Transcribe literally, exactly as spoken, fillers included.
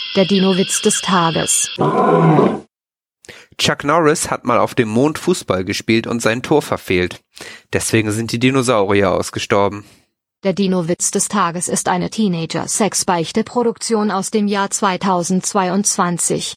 Der Dino-Witz des Tages. Chuck Norris hat mal auf dem Mond Fußball gespielt und sein Tor verfehlt. Deswegen sind die Dinosaurier ausgestorben. Der Dino-Witz des Tages ist eine Teenager-Sex-Beichte-Produktion aus dem Jahr zweitausendzweiundzwanzig.